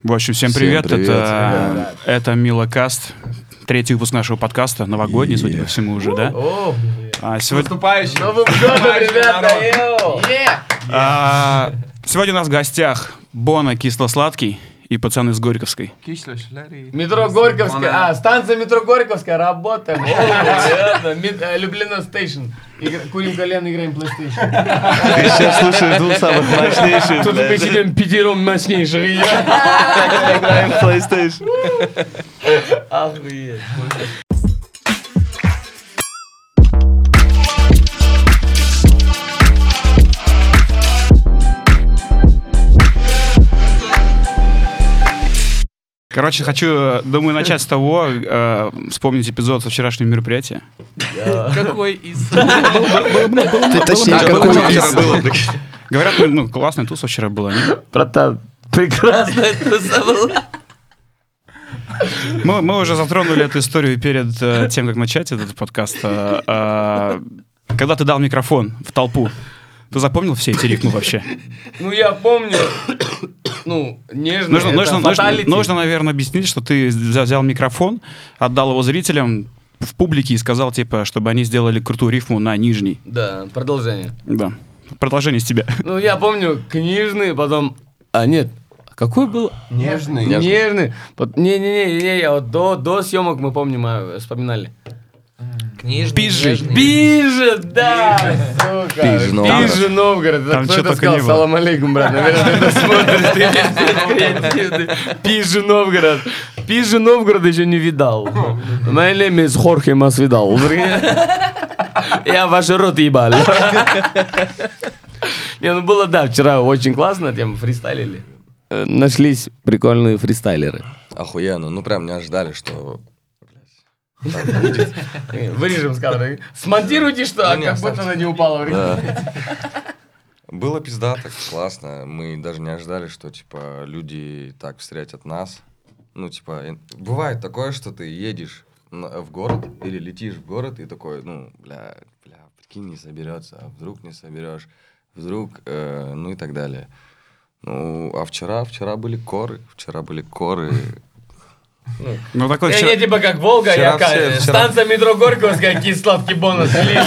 В общем, всем привет. Это Милокаст. Третий выпуск нашего подкаста. Новогодний, судя по всему, уже, да? Сегодня... Наступающий. Новым годом, ребята! Сегодня у нас в гостях Бона Кисло-Сладкий и пацаны с Горьковской. Метро Горьковская. Станция метро Горьковская. Работаем. Люблено стейшн. Курим колено, играем PlayStation. Ты сейчас слушаешь двух самых мощнейших. Тут мы сидим пятером мощнейших. Играем PlayStation. Охуеть. Короче, думаю, начать с того, вспомнить эпизод со вчерашнего мероприятия. Какой из? Говорят, классная туса вчера была, не? Братан, прекрасная туса была. Мы уже затронули эту историю перед тем, как начать этот подкаст. Когда ты дал микрофон в толпу, ты запомнил все эти ритмы вообще? Я помню. Нежно. Нужно, наверное, объяснить, что ты взял микрофон, отдал его зрителям в публике и сказал, чтобы они сделали крутую рифму на нижний. Да, продолжение. Да, продолжение с тебя. Я помню, книжный, потом... нет. Какой был? Нежный. Не, я вот до съемок, мы помним, вспоминали. Пижи, да, сука. Пижи Новгород. Там кто что это только сказал? не было. Салам алейкум, брат. Наверное, ты это смотришь, ты креативный. Пижи Новгород. Пижи Новгород еще не видал. My name is Jorge Masvidal. Я ваш рот ебал. Было, да, вчера очень классно, тем фристайлили. Нашлись прикольные фристайлеры. Охуенно, прям не ожидали, что... Вырежем с кадра. Смонтируйте, что, как будто она не упала в реку. Было пиздато, классно. Мы даже не ожидали, что, люди так встретят нас. Бывает такое, что ты едешь в город или летишь в город и такой, прикинь, не соберется, а вдруг не соберешь, вдруг, и так далее. А вчера были коры, Я как Волга, станция метро Горьковская, кислотки бонус.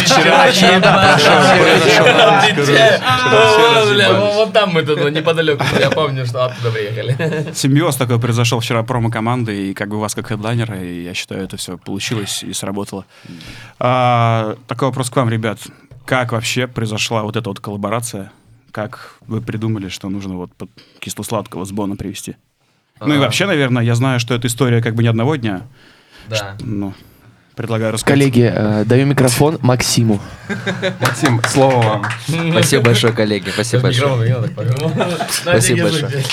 Вот там мы тут неподалеку, я помню, что оттуда приехали. Симбиоз такой произошел вчера промо-команды, и у вас как хедлайнера, и я считаю, это все получилось и сработало. Такой вопрос к вам, ребят. Как вообще произошла вот эта вот коллаборация? Как вы придумали, что нужно под Кисло-Сладкого с Боном привести? И вообще, наверное, я знаю, что эта история не одного дня. Да. Предлагаю рассказать. Коллеги, даю микрофон Максиму. Максим, слово вам. Спасибо большое, коллеги, спасибо большое. Спасибо большое.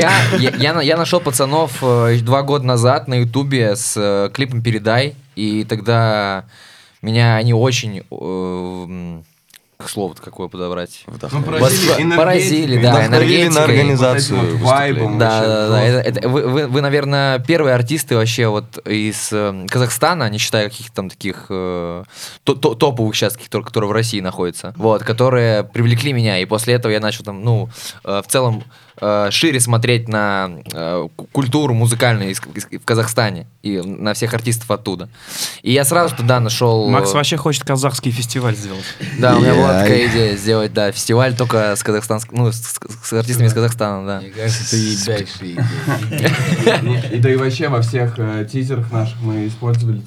Я нашел пацанов 2 года назад на Ютубе с клипом «Передай», и тогда меня они очень... Слово-то какое подобрать? Поразили, да, энергетикой. На организацию. Вайбом. Да. Вы, наверное, первые артисты вообще из Казахстана, не считая каких-то там таких топовых сейчас, которые в России находятся, которые привлекли меня, и после этого я начал в целом шире смотреть на культуру музыкальную в Казахстане и на всех артистов оттуда. И я сразу туда нашел... Макс вообще хочет казахский фестиваль сделать. Да, у меня была такая идея сделать, фестиваль только с казахстанским, с артистами из Казахстана, да. Мне кажется, это ебейшая идея. И да и вообще во всех тизерах наших мы использовали,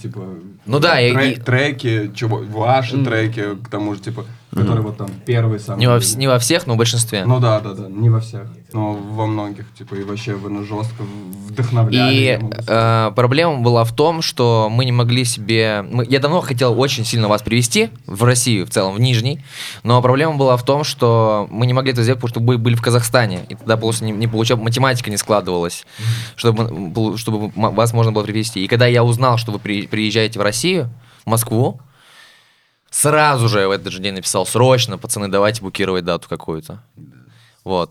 треки, ваши треки, к тому же, которые первые самые. Не во всех, но в большинстве. Да, не во всех, но во многих, и вообще вы нас жестко вдохновляли. И проблема была в том, что мы не могли себе... Я давно хотел очень сильно вас привезти в Россию, в целом, в Нижний, но проблема была в том, что мы не могли это сделать, потому что были в Казахстане, и тогда просто не получалось, математика не складывалась, чтобы вас можно было привезти. И когда я узнал, что вы приезжаете в Россию, в Москву, сразу же в этот же день написал: срочно, пацаны, давайте букировать дату какую-то. 100%.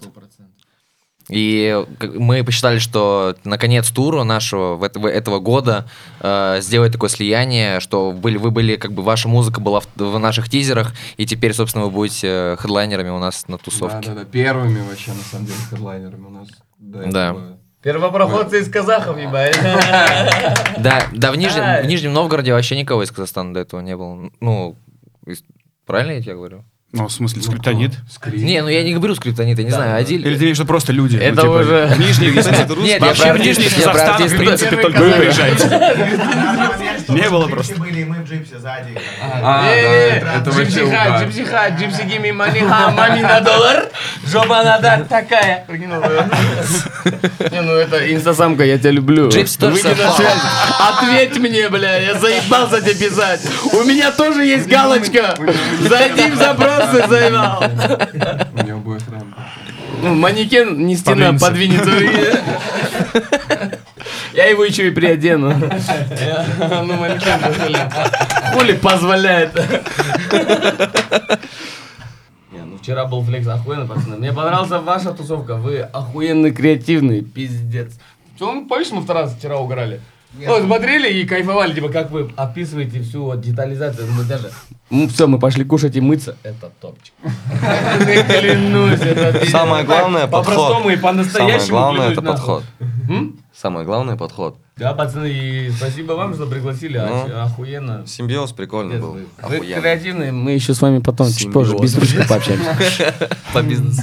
И мы посчитали, что на конец тура нашего этого года сделать такое слияние, что вы были ваша музыка была в наших тизерах, и теперь, собственно, вы будете хедлайнерами у нас на тусовке. Да, первыми вообще, на самом деле, хедлайнерами у нас. Да. Первопроходцы из казахов, ебать. Да, в Нижнем Новгороде вообще никого из Казахстана до этого не было. Ну, правильно я тебе говорю? Ну, в смысле, скриптонит? Не, ну я не говорю скриптонит, я не знаю, Адиль. Или ты имеешь в виду просто люди? Это ну, типа, уже- в Нижний, если это русский. Нет, я Вообще про в Нижний из артистов, я про Казахстана, в артистов. принципе, только вы приезжаете. Не было просто. были, и мы в джипсе сзади. Это вообще угар. Джипси гими маниха, мами на доллар, жопа надо такая. Прикинь, Не, ну это инстасамка, я тебя люблю. Джипси тоже Выйди на совпал. связь. Ответь мне, бля, я заебался тебе писать. У меня тоже есть галочка. Зайди в запросы, заебал. У него бойфренд. Ну, манекен не стена, Подвинется. подвинется. Я его еще и приодену. Ну, манекен хули позволяет. Не, ну вчера был флекс охуенно, пацаны. Мне понравилась ваша тусовка. Вы охуенно креативный, пиздец. Помнишь, мы вчера угорали? Вот, смотрели и кайфовали, типа, как вы описываете всю вот детализацию. Мы даже... все, мы пошли кушать и мыться. Это топчик. Клянусь, это... Самое главное — подход. По-простому и по-настоящему. Самое главное — клянусь, это нахуй. подход. М? Самое главное — подход. Да, пацаны, и спасибо вам, что пригласили. Ну. Охуенно. Симбиоз прикольный был. Вы Охуенно. креативные, мы еще с вами потом чуть Симбиоз. позже без ручки пообщаемся. По бизнесу.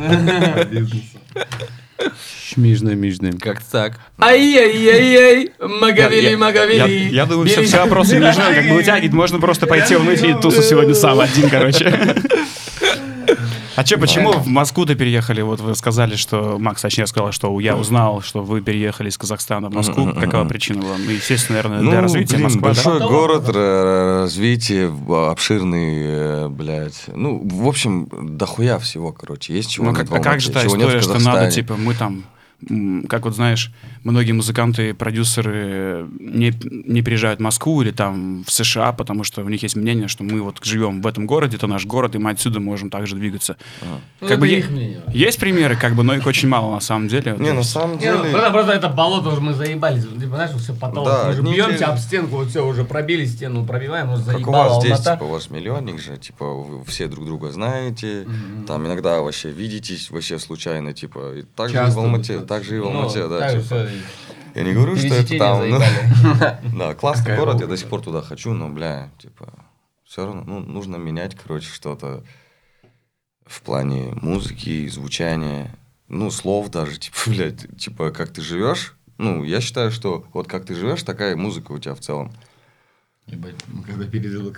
Шмижно-мижно. Как-то так. Ай-яй-яй-яй, Магавели. Я думаю, все вопросы не нужны, как бы вытягивать, можно просто пойти умыть и тусу сегодня сам один, короче. А че, почему в Москву-то переехали? Вот вы сказали, что, Макс, точнее, сказал, что я узнал, что вы переехали из Казахстана в Москву. Какова причина была? Ну, естественно, наверное, для развития блин, Москвы, да? большой город, развитие, обширный, блядь. Ну, в общем, дохуя всего, короче. Есть чего Ну, нет в а как Алмате, же та чего нет в история, что надо, Казахстане. типа, мы там, как вот знаешь, многие музыканты, продюсеры не приезжают в Москву или там в США, потому что у них есть мнение, что мы вот живем в этом городе, это наш город, и мы отсюда можем также двигаться. Как бы есть примеры, как бы, но их очень мало на самом деле. Не, на самом Не, ну, деле... просто это болото уже мы заебались. Типа, знаешь, все потолок. Да, Мы же одни бьемся те- об стенку, вот все, уже пробили стену, пробиваем, уже Как у заебала вас здесь, Алмата. типа, у вас миллионник же, типа, вы все друг друга знаете, там иногда вообще видитесь, вообще случайно, типа, и так же и в Часто Алмате, достаточно. так же и в Ну, Алмате, да, так же типа. всё. Я не говорю, что это Пересечение там, ну, заебали. да, классный Какая город, я волга. до сих пор туда хочу, но, бля, типа, все равно, ну, нужно менять, короче, что-то в плане музыки, звучания, ну, слов даже, типа, блядь, типа, как ты живешь, ну, я считаю, что вот как ты живешь, такая и музыка у тебя в целом. Ебать, мы когда пережили,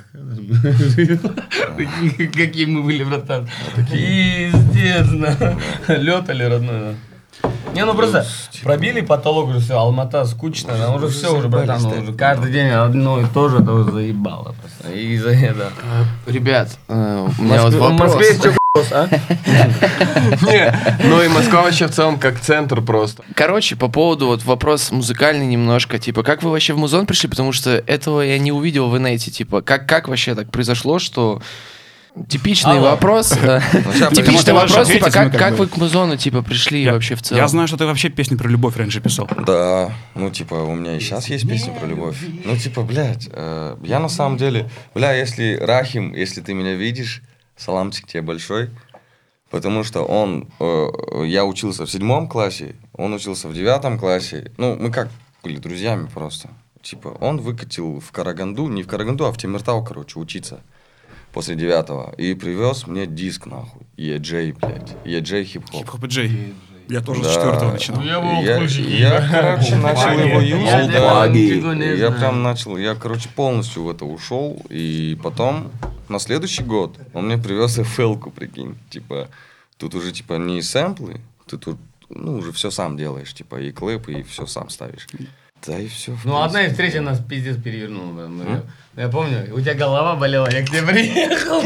какие мы были, братан. Пиздец, лед или родной. Не, ну просто пробили потолок, уже все, Алмата скучно, нам уже все, уже, братан, ну, уже каждый день одно и то же, это уже заебало просто. И за это. Ребят, у меня вот В вопрос. Москве есть что, а? Не, ну и Москва вообще в целом как центр просто. Короче, по поводу вот вопрос музыкальный немножко, типа, как вы вообще в музон пришли, потому что этого я не увидел в инете, типа, как вообще так произошло, что типичный Алло. вопрос, сейчас типичный ты можешь вопрос, типа, ответить, мы как как бы- вы к музону, типа, пришли вообще в целом? Я знаю, что ты вообще песни про любовь раньше писал. Да, ну, типа, у меня и сейчас есть песни про любовь. Ну, типа, блядь, я на самом деле, если Рахим, если ты меня видишь, саламчик тебе большой, потому что я учился в 7 классе, он учился в 9 классе, ну, мы как были друзьями просто. Типа, он выкатил в Караганду, не в Караганду, а в Темиртау, короче, учиться после 9 и привез мне диск, нахуй, EJ, блядь, EJ хип-хоп. Хип-хоп и Джей. Я тоже Да. с 4 начинал. Я, короче, начал его юзать, да. Я Я прям начал, я, короче, полностью в это ушел, и потом на следующий год он мне привез FL-ку, прикинь, типа, тут уже, типа, не сэмплы, ты тут, ну, уже все сам делаешь, типа, и клэп, и все сам ставишь. Да и все. Ну, одна из встречи нас пиздец перевернула. Я помню, у тебя голова болела, я к тебе приехал.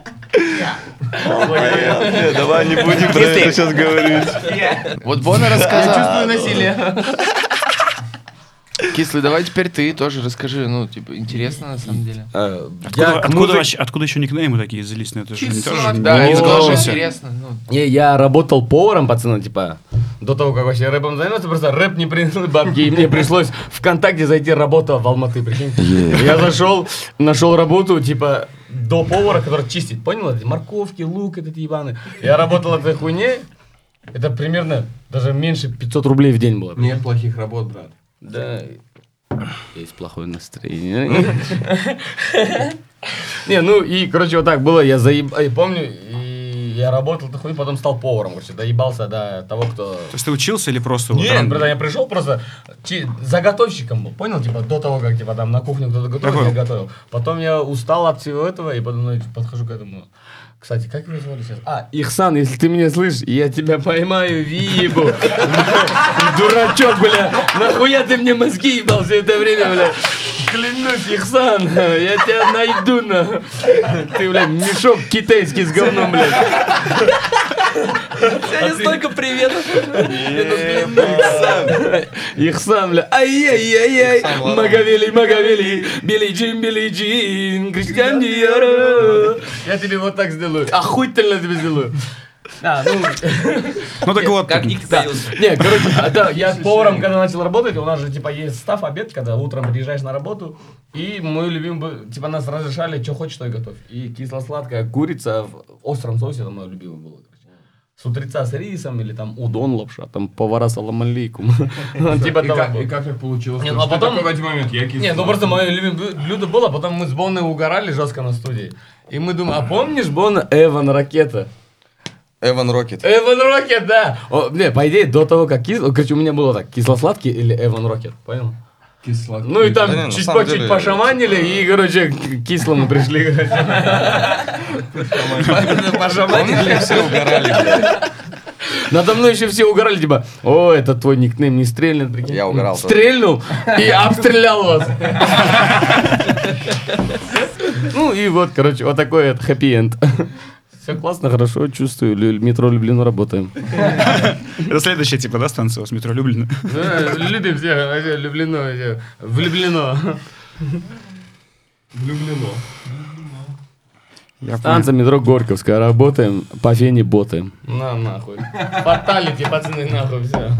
Давай не будем про это сейчас говорить. Вот Бона Я рассказал. чувствую насилие. Кислый, давай теперь ты тоже расскажи, ну, типа, интересно на самом деле. Откуда еще никнеймы такие взялись? Ну, это же не тоже... Да, не это тоже сложно. интересно. Ну. Я работал поваром, пацаны, типа, до того, как вообще рэпом заниматься, просто рэп не принес бабки, и мне пришлось ВКонтакте зайти, работа в Алматы, прикинь. Я зашел, нашел работу, типа, до повара, который чистит, понял? Эти морковки, лук, эти ебаные. Я работал этой хуйней, Это примерно даже меньше 500 рублей в день было. Нет плохих работ, брат. Да, есть плохое настроение. Не, ну и, короче, вот так было, я помню, и я работал такой, потом стал поваром, короче, доебался до того, кто... То есть ты учился или просто... вот Нет, ран- братан, я пришел просто заготовщиком был, понял? Типа до того, как типа там на кухне кто-то готовил, Ага. я готовил. Потом я устал от всего этого, и потом ну, подхожу к этому. Кстати, как его звали сейчас? Ихсан, если ты меня слышишь, я тебя поймаю, вибу. Дурачок, бля. Нахуя ты мне мозги ебал все это время, бля? Клянусь, Ихсан, я тебя найду, на. Ты, бля, мешок китайский с говном, блядь. Сегодня столько приветов. Ихсан, бля, ай-яй-яй-яй, Магавели, Билли Джин, Кристиан Диора. Я тебе вот так сделаю, охуительно тебе сделаю. Ну так вот, Как Ник появился. Не, короче, да, я поваром, когда начал работать, у нас же, типа, есть став, обед, когда утром приезжаешь на работу, и мой любимый, был, типа, нас разрешали, что хочешь, то и готовь. И кисло-сладкая курица в остром соусе, это мое любимое было. С утреца с рисом, или там удон лапша, там повара салам алейкум. Типа того. И как так получилось? Не, что ну, а ты потом- такой в один момент, я Не, ну просто мое любимое блюдо было, потом мы с Бонной угорали жестко на студии. И мы думаем, а помнишь, Бонна, Эван Ракета? Эван Рокет. Эван Рокет, да! Не, по идее, до того, как короче, у меня было так, кисло-сладкий или Эван Рокет, понял? кисло. Ну и там Да не, на чуть самом по чуть деле, пошаманили, и, короче, к кислому пришли. Помнишь, все угорали, блядь? Надо мной еще все угорали, типа, о, это твой никнейм не стрельнет, прикинь. Я угорал тоже. Стрельнул и обстрелял вас. Ну и вот, короче, вот такой вот хэппи-энд. Все классно, хорошо, чувствую, метро Люблино работаем. это следующая, типа, да, станция у вас, метро Люблино? Да, любим всех, вообще, Люблино, влюблено. Влюблено. Я понял. Станция метро Горьковская, работаем, по фене боты. На, нахуй. Фаталити, пацаны, нахуй, все.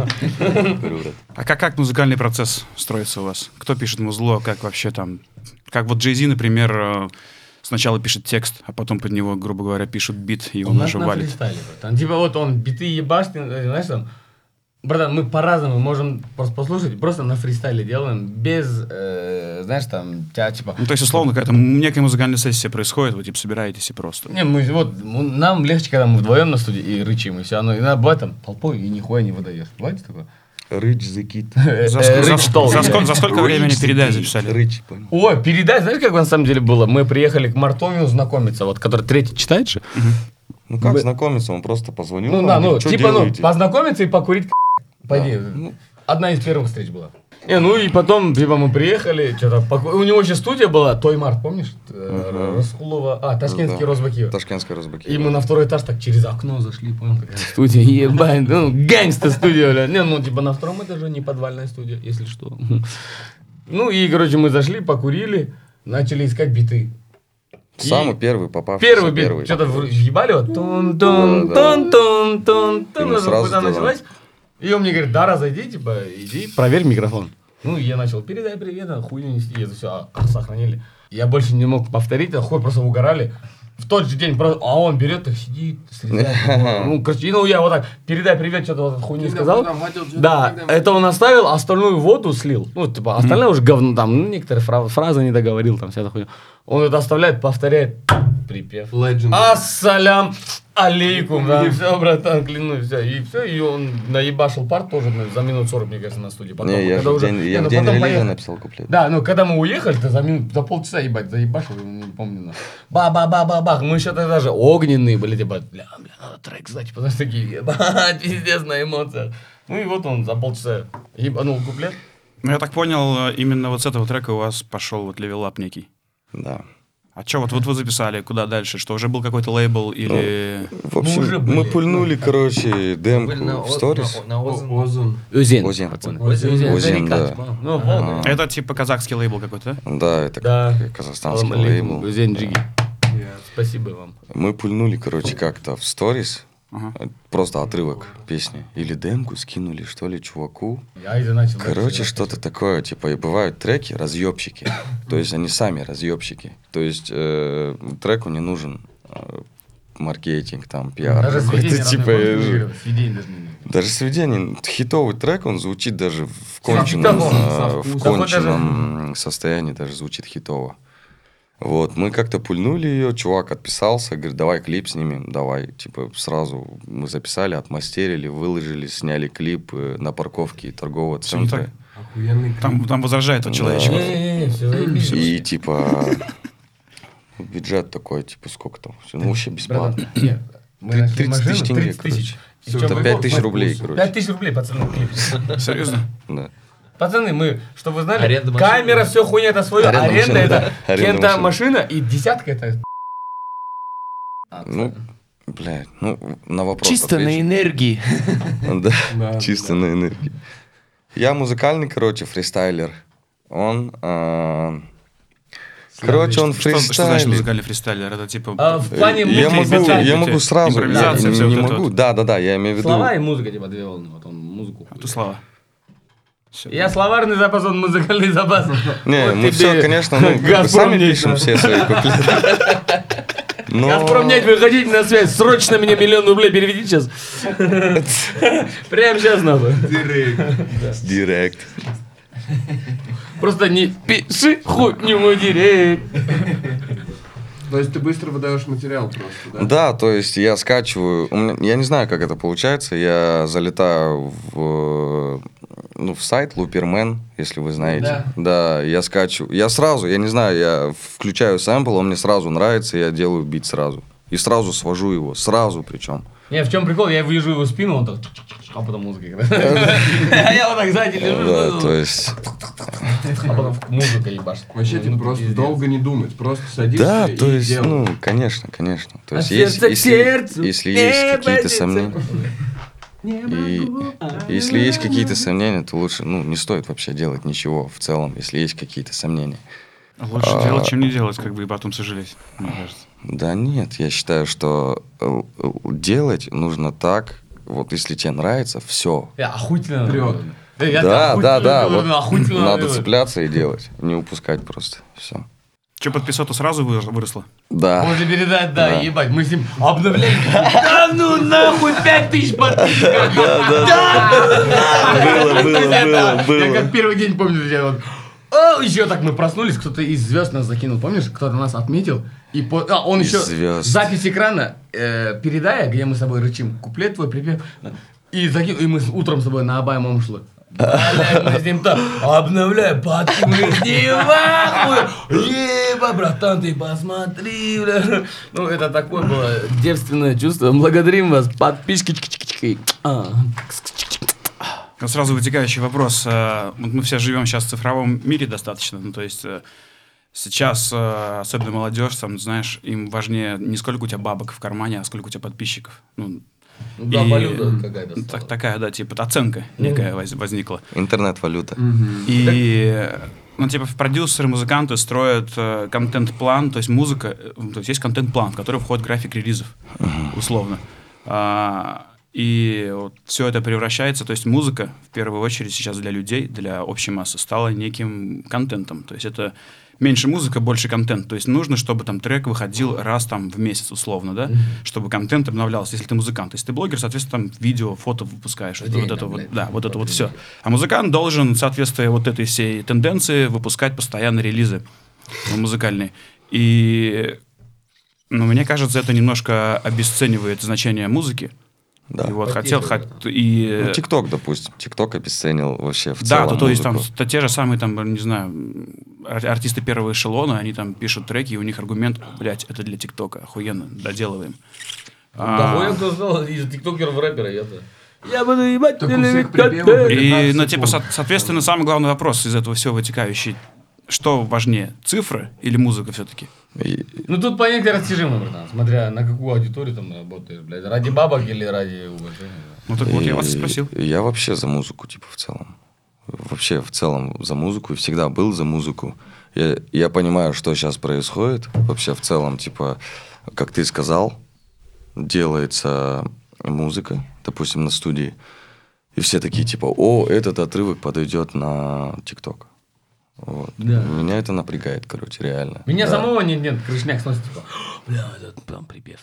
А как музыкальный процесс строится у вас? Кто пишет музло, как вообще там... Как вот Jay-Z, например, сначала пишет текст, а потом под него, грубо говоря, пишут бит, и У он нас уже на валит. фристайле, братан. Типа вот он биты ебашит, знаешь там, братан, мы по-разному можем просто послушать, просто на фристайле делаем, без, знаешь там, типа... Ну, то есть, условно, какая-то некая музыкальная сессия происходит, вы, типа, собираетесь и просто... Не, мы вот, нам легче, когда мы вдвоем на студии и рычим, и все, оно иногда бывает там толпой и нихуя не выдаешь. Бывает такое? Рыч the Kid. За сколько времени передай записали? Рыч, понял. Ой, передай, знаешь, как на самом деле было? Мы приехали к Мартовию знакомиться, вот, который третий читает же. Ну как знакомиться, он просто позвонил. Ну нам, да, говорит, ну, «Чё типа, ну, делаете?» познакомиться и покурить по идее. Ну. Одна из первых встреч была. Не, ну и потом, типа, мы приехали, что-то, у него еще студия была, Тоймарт, помнишь? Раскулова, Ташкентский Да. Розбаки. Ташкентская Розбаки. И мы на второй этаж так через окно зашли, понял, какая студия, ебать, ну, гангста студия, бля. Не, ну, типа, на втором этаже не подвальная студия, если что. Ну и, короче, мы зашли, покурили, начали искать биты. Самый первый попавшийся. Первый бит, что-то въебали, вот, тун-тун, тун-тун, И мы сразу когда сделали. началась. И он мне говорит, да, разойди, типа, иди, проверь микрофон. Ну, я начал, передай привет, хуйню нести, это все сохранили. Я больше не мог повторить, хуй просто угорали. В тот же день, просто, а он берет, так сидит, срезает. Ну, короче, ну, я вот так, передай привет, что-то вот эту хуйню сказал. Да, это он оставил, а остальную воду слил. Ну, типа, остальное уже говно, там, ну, некоторые фразы не договорил, там, вся эта хуйня. Он это оставляет, повторяет, припев. Legend. Ассалям алейкум, да, все, братан, клянусь, все, и он наебашил парт тоже за минут 40, мне кажется, на студии. Потом, Не, я когда же в уже- день, не, я ну, в день потом релиза поехали. написал куплет. Да, ну когда мы уехали, то за полчаса, ебать, заебашил, не помню. Ну. Ба-ба-ба-ба-бах, мы еще тогда же огненные были, типа, бля, надо трек сдать, потому что такие, ебать, пиздец на эмоциях. Ну и вот он за полчаса ебанул куплет. Ну, я так понял, именно вот с этого трека у вас пошел вот левелап некий. Да. А что, вот вы записали, куда дальше? Что, уже был какой-то лейбл или... В общем, уже мы были. пульнули, короче, демку в сторис. На Озон. Озон. Узен, Озен. пацаны. Озен, да. Ну, вот. Это типа казахский лейбл какой-то, да? Да, это Да. казахстанский Салам алейкум, лейбл. Узен Джиги. Спасибо вам. Мы пульнули, короче, как-то в сторис. Ага. Просто отрывок песни. Или демку скинули, что ли, чуваку. Я это начал. Короче, что-то такое, типа, и бывают треки разъебщики. То есть они сами разъебщики. То есть треку не нужен маркетинг, там, пиар. Даже какой-то, сведения типа, сведения даже не даже сведения, хитовый трек, он звучит даже в Со конченном, вкусом. в конченном состоянии, даже звучит хитово. Вот, мы как-то пульнули ее, чувак отписался, говорит, давай клип снимем, давай. Типа сразу мы записали, отмастерили, выложили, сняли клип на парковке торгового Всё не центра. Охуенный клип. Там возражает тот человечек. все заебись. И типа бюджет такой, типа сколько там? Всё, ну вообще бесплатно. Братан, нет, мы нашли 30 машину, тысяч тенге, 30 тысяч. И Всё, в чём Это прикол? 5000 рублей, короче. 5000 рублей, пацаны, клип. Серьезно? Да. Пацаны, мы, чтобы вы знали, Аренда машины. камера, все хуйня, это свое, Аренда аренда машины, это да. Аренда кента машины. машина и десятка это... Ну, блядь, ну, на вопрос Чисто на отвечу. энергии. Да, Да, чисто на энергии. Я музыкальный, короче, фристайлер. Он, короче, он Что значит фристайлит. музыкальный фристайлер? Это типа... В плане Я музыки, могу, специально. я могу сразу, я Импровизация, всё не вот это могу, вот. да, я имею в виду. Слова и музыка, типа, две волны, вот он музыку. А ты слова. Всё. Я словарный запас, он музыкальный запас. Не, Вот мы тебе все, конечно, ну, как бы Газпром сами нефть, пишем да. все свои куплеты. Но... Газпром нефть, выходите на связь, срочно мне 1 000 000 рублей переведи сейчас. Прямо сейчас надо. Директ. Просто не пиши хуйню мой директ. То есть ты быстро выдаешь материал просто, да? Да, то есть я скачиваю, я не знаю, как это получается, я залетаю в сайт Looperman, если вы знаете. Да, я скачиваю, я сразу, я не знаю, я включаю сэмпл, он мне сразу нравится, я делаю бит сразу. И сразу свожу его, сразу причем. Не, в чем прикол, я вижу его спину, он так, а потом музыка играет. А я вот так сзади Да, лежу, то есть... а потом музыка ебашит. Вообще, типа, просто долго не думать, просто садишься Да, и то есть, делаешь. ну, конечно. То есть, сердца к сердцу если не есть какие-то бодится. сомнения, если есть какие-то сомнения, то лучше, не стоит вообще делать ничего в целом, если есть какие-то сомнения. Лучше делать, чем не делать, как бы, и потом сожалеть, мне кажется. Да нет, я считаю, что делать нужно так, вот если тебе нравится, все. Охуительно. Прёт. Да, вот Охуительно. надо цепляться и делать, не упускать просто, все. Че, подписота сразу выросла? Да. Можно передать, да, Да. ебать, мы с ним обновляем. Да ну нахуй, 5000 подписчиков. Было. Я как первый день помню, я вот... Еще так мы проснулись, кто-то из звезд нас закинул, помнишь, кто-то нас отметил, и он Из еще звезд. запись экрана передая, где мы с тобой рычим, куплет твой, припев, и закинул, и мы утром с тобой на Абай шло. Блядь, мы с ним так, обновляем, подписки, мы с ним ахуй, еба, братан, ты посмотри, бля. Ну, это такое было девственное чувство, благодарим вас, подписчики. Сразу вытекающий вопрос. Вот мы все живем сейчас в цифровом мире достаточно. Ну, то есть сейчас, особенно молодежь, там, знаешь, им важнее не сколько у тебя бабок в кармане, а сколько у тебя подписчиков. Ну, Да, и, валюта какая-то стала. такая, да, типа оценка некая возникла. Интернет-валюта. И, типа, продюсеры, музыканты строят контент-план, то есть музыка, то есть контент-план, в который входит график релизов, условно. И вот все это превращается, то есть музыка, в первую очередь, сейчас для людей, для общей массы, стала неким контентом. То есть это меньше музыка, больше контент. То есть нужно, чтобы там трек выходил раз там в месяц, условно, да, чтобы контент обновлялся, если ты музыкант. Если ты блогер, соответственно, там видео, фото выпускаешь. Вот это вот, да, вот это вот все. А музыкант должен, соответственно, вот этой всей тенденции выпускать постоянно релизы музыкальные. И, мне кажется, это немножко обесценивает значение музыки. Да. И вот хотел... И... ТикТок, допустим. ТикТок обесценил вообще в Да, целом то есть там музыку. те же самые, там, не знаю, артисты первого эшелона, они там пишут треки, и у них аргумент, блядь, это для ТикТока, охуенно, доделываем. Да хуя кто знал из тиктокеров рэпера, я-то. Я буду ебать. Так у всех припевов И, 15 типа, секунд. соответственно, самый главный вопрос из этого всего вытекающий, что важнее, цифры или музыка все-таки? Ну тут понятие растяжимо, братан, смотря на какую аудиторию там работаешь, блядь, ради бабок или ради уважения. Ну так вот, я вас и спросил. Я вообще за музыку, типа, в целом. Вообще, в целом, за музыку. И всегда был за музыку. Я понимаю, что сейчас происходит. Вообще, в целом, типа, как ты сказал, делается музыка, допустим, на студии. И все такие, типа, этот отрывок подойдет на ТикТок. Вот. Да. Меня это напрягает, короче, реально. Меня Да. самого нет, крышняк сносит, типа, бля, этот там припев там.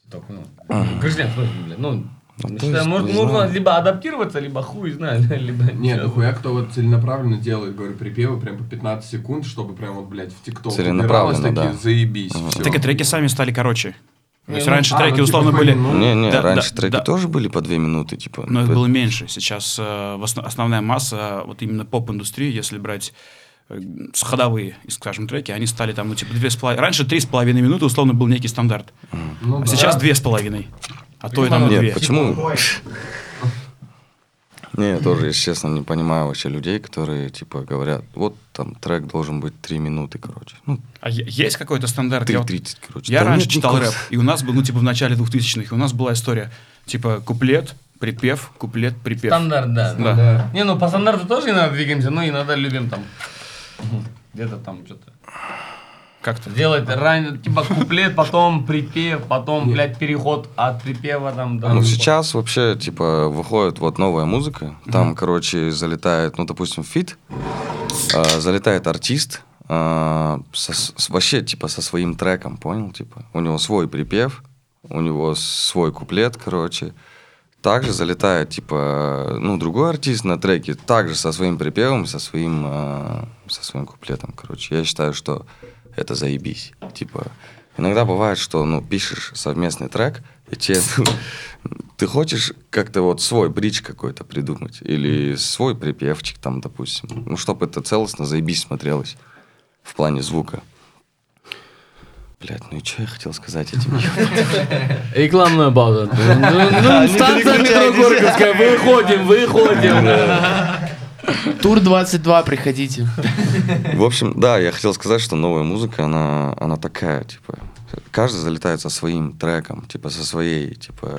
Так, Граждан, блядь, ну... то считаю, есть, может, не нужно знаю. либо адаптироваться, либо хуй знает, либо... Нет, нахуя кто вот целенаправленно делает, говорю, припевы прям по 15 секунд, чтобы прям вот, блядь, в ТикТок Целенаправленно, убиралось, такие, да. заебись, всё. Так и треки сами стали короче. То есть ну, раньше ну, треки типа, условно по были... минуту. Не, Да, раньше да, треки да. тоже были по 2 минуты, типа. Но их было меньше. Сейчас основная масса, вот именно поп-индустрии, если брать ходовые, скажем, треки, они стали там, ну, типа, 2,5... Раньше 3,5 минуты, условно, был некий стандарт. Ну, А да. сейчас 2,5. А то и там и Нет, 2. почему? Не, я тоже, если честно, не понимаю вообще людей, которые, типа, говорят, вот там трек должен быть 3 минуты, короче. Ну, А есть какой-то стандарт? Я вот- 3:30, короче. Я Да раньше нет читал никакого. рэп, и у нас был, ну, типа, в начале 2000-х, и у нас была история, типа, куплет, припев, куплет, припев. Стандарт, да. Да. Не, ну по стандарту тоже иногда двигаемся, но иногда любим там где-то там что-то Как-то. делать ранее, типа куплет, потом припев, потом, блядь, переход от припева там до... Ну, сейчас вообще, типа, выходит вот новая музыка, там, короче, залетает, ну, допустим, фит, залетает артист, вообще, типа, со своим треком, понял, типа, у него свой припев, у него свой куплет, короче, также залетает, типа, ну, другой артист на треке, также со своим припевом, со своим куплетом, короче, я считаю, что это заебись, типа, иногда бывает, что, ну, пишешь совместный трек, и тебе, ты хочешь как-то вот свой бридж какой-то придумать, или свой припевчик там, допустим, ну, чтобы это целостно заебись смотрелось в плане звука. Блядь, ну и что я хотел сказать этим? Рекламная база. Ну, станция метро Горьковская, выходим. Тур 22, приходите. В общем, да, я хотел сказать, что новая музыка, она такая, типа, каждый залетает со своим треком, типа, со своей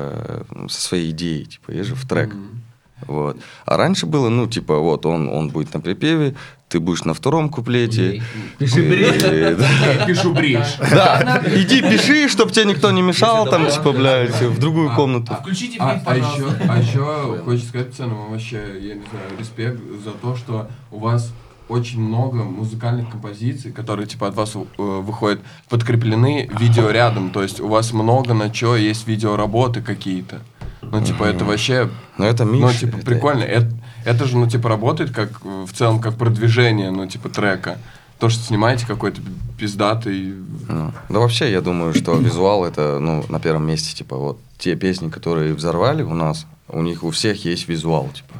идеей, типа, есть же в трек. Вот. А раньше было, ну, типа, вот, он будет на припеве, ты будешь на втором куплете. Пиши бридж. Пишу бридж. Да, иди пиши, чтобы тебе никто не мешал, там, типа, блядь, в другую комнату. Включите А еще хочется сказать, пацаны, вам вообще, я не знаю, респект за то, что у вас очень много музыкальных композиций, которые, типа, от вас выходят, подкреплены видеорядом. То есть у вас много на что есть видеоработы какие-то. Ну, типа, это вообще... Ну, это Ну, Миша. типа, прикольно. Это же, ну, типа, работает как, в целом, как продвижение, ну, типа, трека. То, что снимаете какой-то пиздатый... Ну, да вообще, я думаю, что визуал это, ну, на первом месте, типа, вот те песни, которые взорвали у нас, у них у всех есть визуал, типа.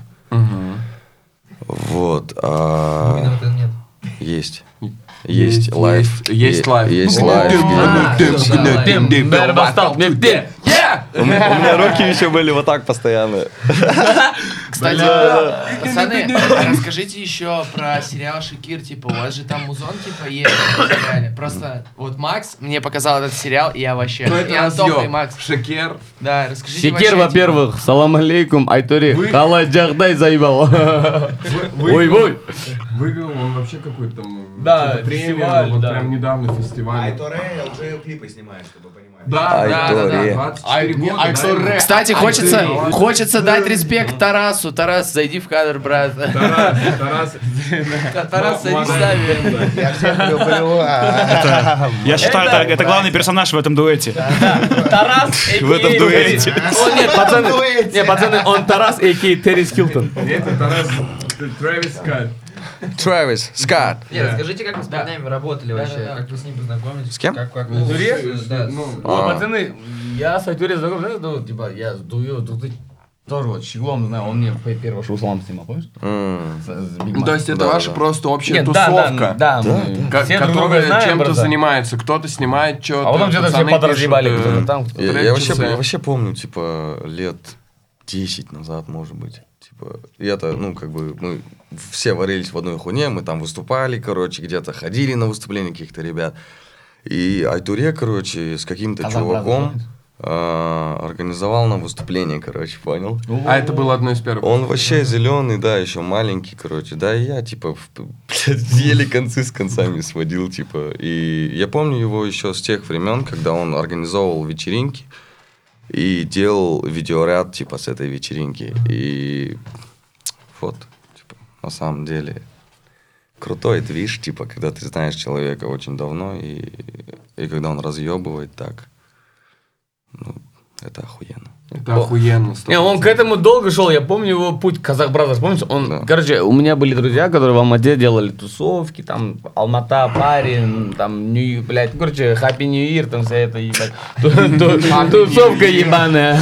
Вот. Нет. Есть. Есть лайв. Есть лайв. Есть лайв. У меня руки еще были вот так постоянно. Кстати, пацаны, расскажите еще про сериал «Шекир», типа, у вас же там музон, типа, есть в сериале. Просто вот Макс мне показал этот сериал, и я вообще... Ну, И это Антоха, и разъем. Макс. Шекер. Да, расскажите Секер, вообще, типа, во-первых, салам алейкум, Айтори, халай джахдай заебал. Ой-ой. Выиграл он вообще какой-то там... Да, типа, премию, фестиваль, вот да. прям недавно фестиваль. Айторе уже клипы снимает, чтобы понимать. Айторе. 24 года. Айторе. Кстати, хочется дать респект Тарасу. Тарас, зайди в кадр, брат. Тарас, зайди с нами. Я всех люблю. Я считаю, это главный персонаж в этом дуэте. Тарас, В этом дуэте. О, нет, пацаны, он Тарас, а.к.а. Террис Хилтон. Это Тарас, Трэвис Скотт. Трэвис Скотт. Не, расскажите, как вы с парнями работали вообще, как вы с ним познакомились? С кем? Как Ну, да. О, пацаны, я с Айтори знаком, знаешь, ну, типа, я с Дую, тоже вот Щеглом, знаю, он мне первый шоу-салам снимал, помнишь? То есть это Да, ваша да. просто общая Нет, тусовка, да, мы все друг друга которая знаем, чем-то брат. занимается. Кто-то снимает что-то. А потом что-то все пацаны подразъебали, пишут, кто-то там, кто-то Я трек-часы. вообще помню, типа, лет 10 назад, может быть. Типа, я-то, ну, как бы, мы все варились в одной хуйне, мы там выступали, короче, где-то ходили на выступления каких-то ребят. И Айтуре, короче, с каким-то чуваком организовал нам выступление, короче, понял? А это было одно из первых. Он вообще зеленый, да, еще маленький, короче, да, и я, типа, блядь, еле концы с концами сводил, типа, и я помню его еще с тех времен, когда он организовывал вечеринки и делал видеоряд, типа, с этой вечеринки, и вот, типа, на самом деле, крутой движ, типа, когда ты знаешь человека очень давно, и когда он разъебывает так. Ну, это охуенно. Это охуенно. 100%. Не, он к этому долго шел, я помню его путь, Казах Бразерс, помните? Он, Да. короче, у меня были друзья, которые в Алмате делали тусовки, там, Алмата, Парень, там, блядь, ну, короче, Happy New Year, там вся эта, ебать, тусовка ебаная.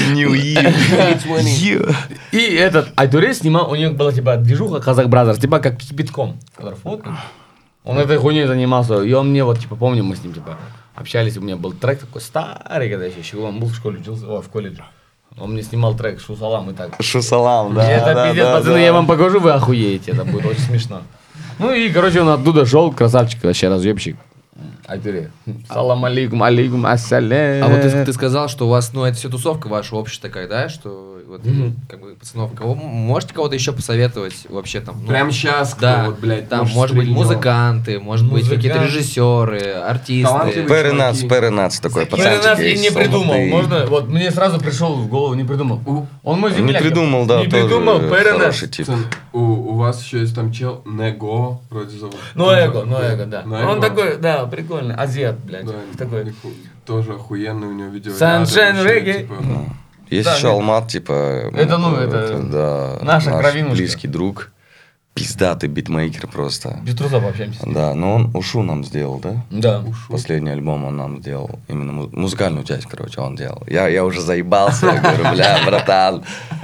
И этот Айтуре снимал, у него была, типа, движуха Казах Бразерс, типа, как Кипятком, который фоткал. Он этой хуйней занимался, и он мне, вот, типа, помню, мы с ним, типа, общались, у меня был трек такой старый, когда еще он был в школе учился, в колледже. Он мне снимал трек «Шу салам» и так. Шу салам, И это пиздец, пацаны, я вам покажу, вы охуеете, это будет очень смешно. Ну и, короче, он оттуда шел, красавчик, вообще разъебщик. Айтуре. Салам алейкум, алейкум ассалям. А вот ты сказал, что у вас, ну, это все тусовка ваша общая такая, да, что вот, как бы, пацанов, можете кого-то еще посоветовать вообще там? Ну, Прям сейчас, да, вот, блядь, там, может быть, музыканты, может быть, какие-то режиссеры, артисты. Талантливые. Перенац такой пацанчик Перенас я есть. не придумал, Алматы. можно, вот мне сразу пришел в голову, не придумал. Он мой Не земляк. придумал, да, Не придумал, тоже Перенас. хороший тип. Пацан, у вас еще есть там чел, Него, вроде зовут. Ноэго, да. Ноэго. Он такой, да, прикольный, азиат, блядь. Да, Такой. тоже охуенный у него видео. Sunshine Reggae. Есть Да, еще нет. Алмат, типа... Это, ну, это да, наша наш кровинушка. близкий друг. Пиздатый битмейкер просто. Без трусов общаемся. Да, но он Ушу нам сделал, да? Да. Последний альбом он нам сделал. Именно музыкальную часть, короче, он делал. Я уже заебался, я говорю, бля, братан,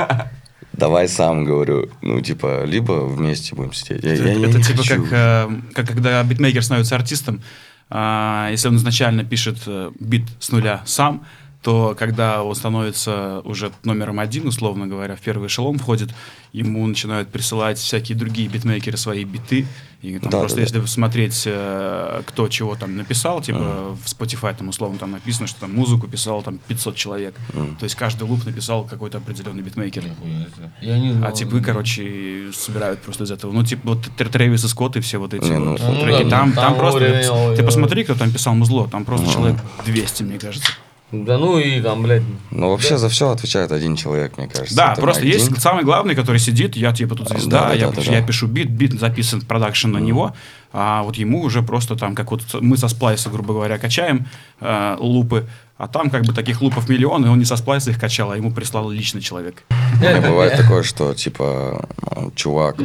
давай сам, говорю. Ну, типа, либо вместе будем сидеть. Я Это не типа хочу. как когда битмейкер становится артистом, если он изначально пишет бит с нуля сам, то когда он становится уже номером один, условно говоря, в первый эшелон входит, ему начинают присылать всякие другие битмейкеры свои биты. И там Да, просто да, если посмотреть, кто чего там написал, типа в Spotify там условно там написано, что там музыку писал там 500 человек. То есть каждый луп написал какой-то определенный битмейкер. Я не знал. А типы, короче, собирают просто из этого. Ну, типа, вот Трэвис и Скотт и все вот эти Не, вот ну, треки. да, Там там просто... уровень, Ты посмотри, кто там писал музло. Там просто человек 200, мне кажется. Да ну и там, блядь. Ну, вообще за все отвечает один человек, мне кажется. Да, Это просто Майк есть Дин. самый главный, который сидит, я типа тут звезда, Да, я пишу бит записан продакшн на него, а вот ему уже просто там, как вот мы со сплайса, грубо говоря, качаем лупы, а там как бы таких лупов миллион, и он не со сплайса их качал, а ему прислал личный человек. У меня бывает такое, что, типа, чувак,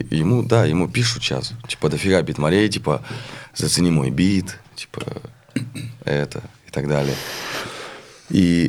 ему пишут сейчас, типа, дофига битмарей, типа, зацени мой бит, типа, это и так далее. И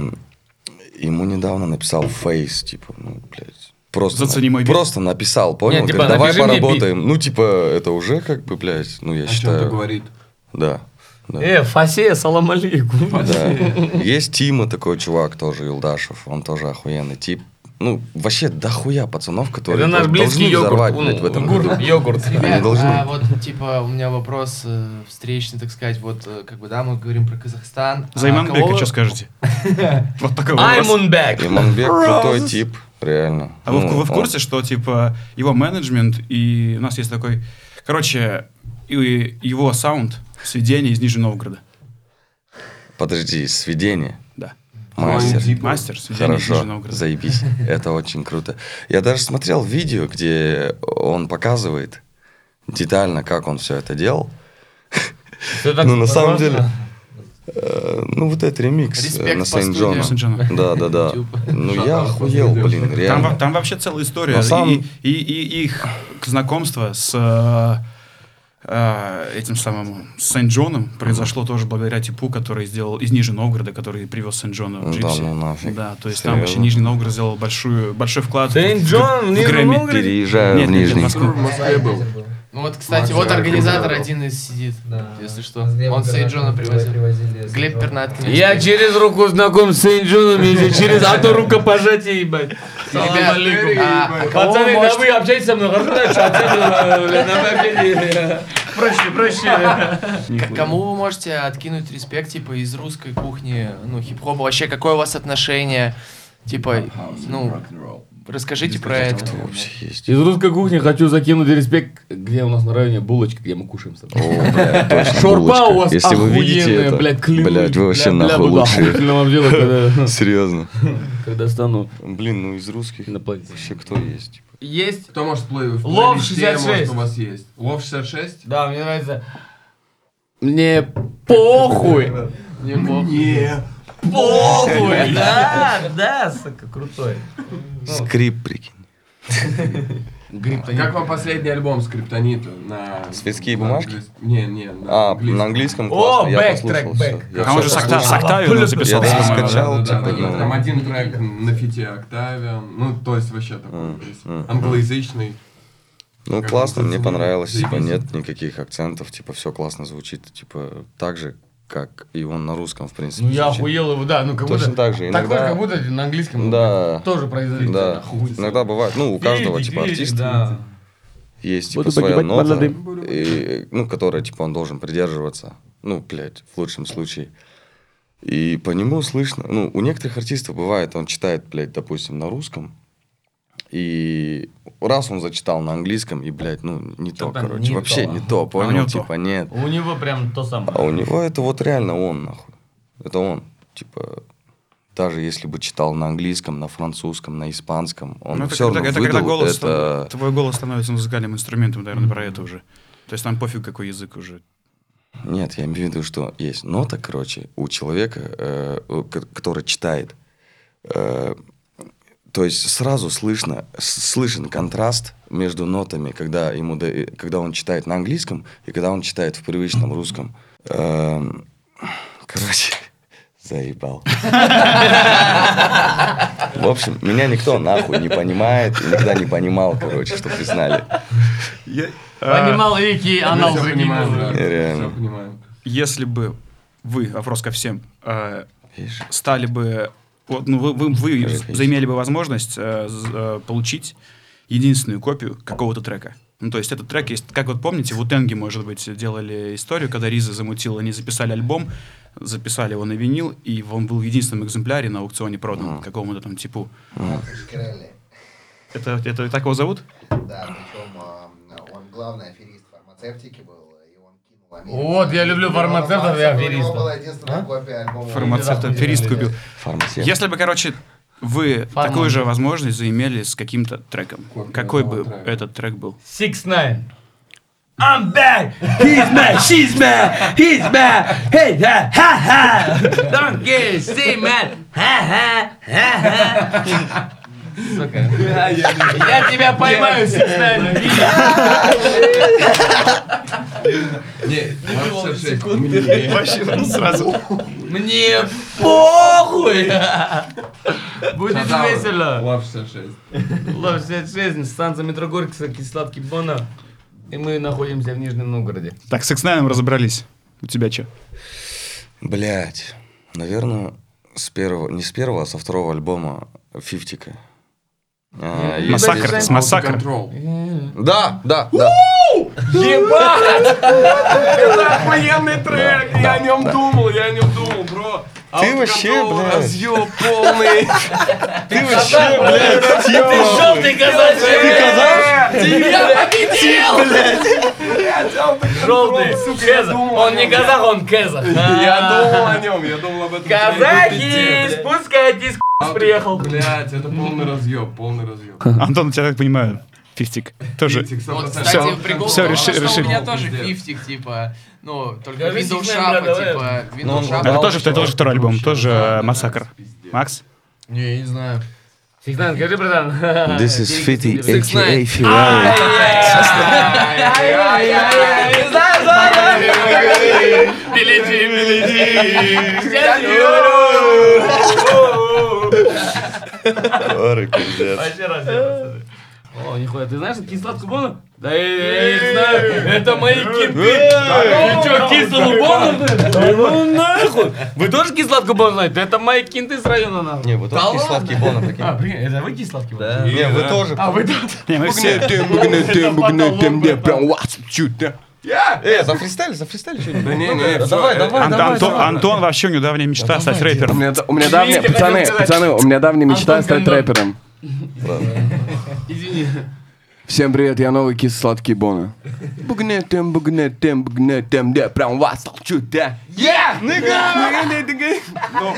ему недавно написал Фейс, типа, ну, блядь, просто, Зацени мой бит. просто написал, понял? Нет, типа, Говорит, давай напиши мне поработаем. Ну, типа, это уже как бы, блядь, ну, я О чем считаю... ты говорит? Да. Да. Фасе, салам алейкум. Да. Есть Тима такой чувак тоже, Юлдашев, он тоже охуенный тип. Ну, вообще дохуя пацанов, которые Это наш близкий должны взорвать, йогурт. блядь, в этом Йогурт, году. йогурт. Они Ребят, должны. а вот, типа, у меня вопрос встречный, так сказать, вот, как бы, да, мы говорим про Казахстан. За А Иманбека кого- что скажете? Вот такой вопрос. I'm on back. Иманбек крутой тип, реально. А вы Ну, в курсе, что, типа, его менеджмент, и у нас есть такой... Короче, и его саунд, сведение из Нижнего Новгорода. Подожди, сведение. Да. Мастер. Мастер, сведение из Хорошо, Нижнего Новгорода. заебись. Это очень круто. Я даже смотрел видео, где он показывает детально, как он все это делал. Ну, на самом деле... Ну, вот этот ремикс Респект на по Сент-Джона. студиям. Да. Ну, я Шатал, охуел, последний. блин, реально. Там вообще целая история. Но сам- И их знакомство с этим самым с Сент-Джоном произошло тоже благодаря типу, который сделал из Нижнего Новгорода, который привез Сент-Джона в Да, Джипси. ну нафиг. Да, то есть там вообще Серьезно? Нижний Новгород сделал большой вклад Сент-Джон, в Нижний Грэмми. Новгород? Переезжаю Нет, в нет, Нижний. в Москву. В Москве был. Ну вот, кстати, Макс вот организатор организовал. один из сидит, Да. если что. Он Сейджона привозил. Глеб Пернаткин. Я через руку знаком с Сент-Джоном, если через одно рукопожатие, ебать. Салам Ребят, алейкум. а кого Пацаны, вы да можете- вы общаетесь со мной, хорошо, дальше общайтесь. Проще. Кому вы можете откинуть респект, типа, из русской кухни, ну, хип-хопа? Вообще, какое у вас отношение? Типа, ну, расскажите про это. Кто вообще есть? Из русской кухни хочу закинуть респект, где у нас на районе булочка, где мы кушаем с тобой. О, блядь, точно, Шорба булочка. у вас Если вы видите охуенная, это, блядь, клянусь. блядь, вы вообще Бля, нахуй буду лучшие. охуительно вам делать, Серьезно. когда стану Блин, ну из русских на планете. вообще кто есть? Типа? Есть? Кто может в Лов плейлисте, 66. может, у вас есть? Лов 66? Да, мне нравится. Мне похуй. Мне похуй. Похуй! Да, сука, крутой. Скрип, прикинь. Как вам последний альбом Скриптонита? На... Светские на бумажки? Не, На английском О, классно, я бэктрек, послушал всё. бэк. Я А он же всё с послушал. Октавианом записал, Я даже по-моему, да? скачал. Да, типа, ну. там один трек на фите Октавиан, ну, то есть вообще такой, то есть англоязычный. Ну, Как классно, он мне заценил? понравилось, типа, Заебись. нет никаких акцентов, типа, все классно звучит, типа, так же, как и он на русском, в принципе. Ну я звучит. охуел его, да, ну как будто... Точно так же, Такой, иногда- как будто на английском Да. тоже производитель. Да, иногда бывает, ну, у каждого, типа, артиста Да. есть, типа, Буду своя погибать нота, молодым. и, ну, которой, типа, он должен придерживаться, ну, блядь, в лучшем случае. И по нему слышно, ну, у некоторых артистов бывает, он читает, блядь, допустим, на русском, и раз он зачитал на английском, и, блядь, ну, не то, Что-то короче, не вообще то. не то, А у понял, него то. типа, нет. У него прям то самое. А у него это вот реально он, нахуй. Это он, типа, даже если бы читал на английском, на французском, на испанском, он Ну, это все когда, равно это когда выдал голос, это... твой голос становится музыкальным инструментом, наверное, про это уже. То есть там пофиг, какой язык уже. Нет, я имею в виду, что есть нота, короче, у человека, который читает. То есть сразу слышен контраст между нотами, когда когда он читает на английском и когда он читает в привычном русском. Короче, заебал. В общем, меня никто нахуй не понимает и никогда не понимал, короче, чтобы вы знали. Понимал Вики, анал Мы всё понимаем, да, Реально. всё понимаем. Если бы вы, вопрос ко всем, Видишь? стали бы, вот, ну, вы Конечно. заимели бы возможность получить единственную копию какого-то трека. Ну, то есть этот трек есть, как вот помните, в Утенге, может быть, делали историю, когда Риза замутил, они записали альбом, записали его на винил, и он был в единственном экземпляре на аукционе продан какому-то там типу. Шкрелли. Это так его зовут? Да, причем он главный аферист фармацевтики был, и он кинул Америку. Вот, я люблю фармацевтов и У него аферистов. была единственная копия альбома. Фармацевт, аферист купил. Фармацевт. Если бы, короче, вы Фармацевт. такую же возможность заимели с каким-то треком, Копия какой одного бы трека. этот трек был? 6ix9ine. I'm back! He's mad, she's mad, he's mad, hey, ha, ha, ha! Don't get it, stay mad, ha, ha, ha, ha! Сука. Я тебя поймаю, 6ix9ine. Не, вообще 6 мне. Вообще сразу. Мне похуй! Будет Шатауэр. весело. Лав 66. Лав 66, станция метро Горького, Кислатский Бона. И мы находимся в Нижнем Новгороде. Так, с X9 разобрались. У тебя что? Блять, наверное, не с первого, а со второго альбома Фифтика. Массакр, с массакр. Control. Да. Ебать! Это охуенный трек! Я о нем думал, бро. Ты вообще, блядь. Разъёб полный. Ты вообще, блядь, Ты желтый казачек! Ты казах? Я победил! Желтый, Кеза. Он не казах, он кезах. Я думал о нем, я думал об этом. Казахи, спускайтесь, приехал. Блять, это полный разъеб, полный разъеб. Антон, у тебя, так понимаю, фифтик. Тоже. Вот, 100%. кстати, Всё, прикол всё, в том, реши- что реши. у меня тоже Пиздец. фифтик, типа, ну, только Скажи, Windows Сигнал, Shop, давай. типа, Ну, Windows Shop. Это тоже второй альбом, тоже Массакр. Макс? Не, я не знаю. Сигнал, скажи, братан. This is Fitty, 6ix9ine. a.k.a. Ferrari. Ой, пиздец. Вообще разъеб. О, нихуя, ты знаешь, кислотку Бону? Да я не знаю, это мои кенты. Ты чё, кислую Бону? Ну нахуй. Вы тоже кислотку Бону знаете? Это мои кенты с района нахуй. Не, вы тоже сладкий бонов такие. А, блин, это вы кислотки Бону? Не, вы тоже. А, вы тоже? Не, мы все. Зафристайли что-нибудь. Да не, Давай. Антон вообще у него давняя мечта стать У рэпером. меня давняя, пацаны, у меня давняя мечта стать рэпером. Извини. Всем привет, я новый кис-сладкий Бона. Бугнетем, да, прям вас толчу, да.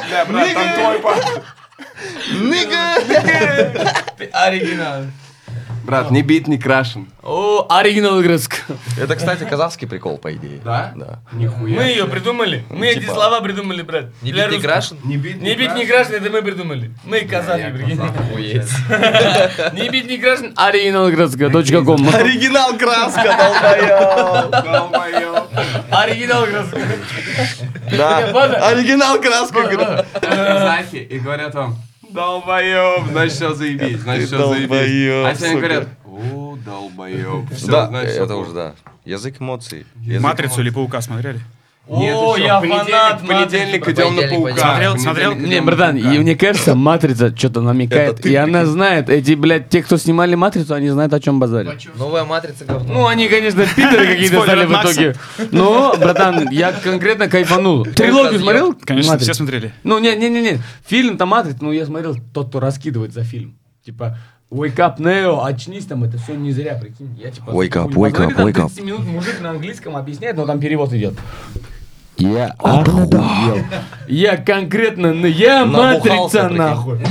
Ты оригинал. Брат, не бит, не крашен. О, оригинал Грызк. Это, кстати, казахский прикол, по идее. Да? Да. Нихуя. Мы ее придумали. Мы эти Типа- слова придумали, брат. Не Для бит, не русских. крашен? Не бит, Не бить, не крашен, это мы придумали. Мы казахи, прикинь. Не бить, не крашен, оригинал Грызка.ком. Оригинал краска, долбоёб. Оригинал Грызка. Да. Оригинал краска. Казахи и говорят вам, долбоёб, значит все заебись, значит все заебись. долбоёб, А если они сука. говорят, о, долбоёб, все, Да, значит всё это плохо. уже да. Язык эмоций. Язык «Матрицу» или «Паука» смотрели? Нет, О, еще я в понедельник- фанат в понедельник «Матрицы». идем на Понедельник, паука. Смотрел? В понедельник Смотрел? идем Не, на братан, паука. и мне кажется, «Матрица» что-то намекает, и она знает, эти, блядь, те, кто снимали «Матрицу», они знают, о чем базарят. Новая матрица говно. Ну, они, конечно, пидоры какие-то Спойлер стали от в Макса. итоге. Но, братан, я конкретно кайфанул. Трилогию смотрел? Конечно, «Матрица»? все смотрели. Ну, не. Фильм-то «Матрица», ну, я смотрел тот, кто раскидывает за фильм. Типа, wake up, Neo, очнись там, это все не зря, прикинь. Я, типа, Wake up, посмотрел, wake up, там wake up. 30 минут мужик на английском объясняет, но там перевод идет. Я охуел. Я конкретно, я Набухался, «Матрица», прикинь. нахуй.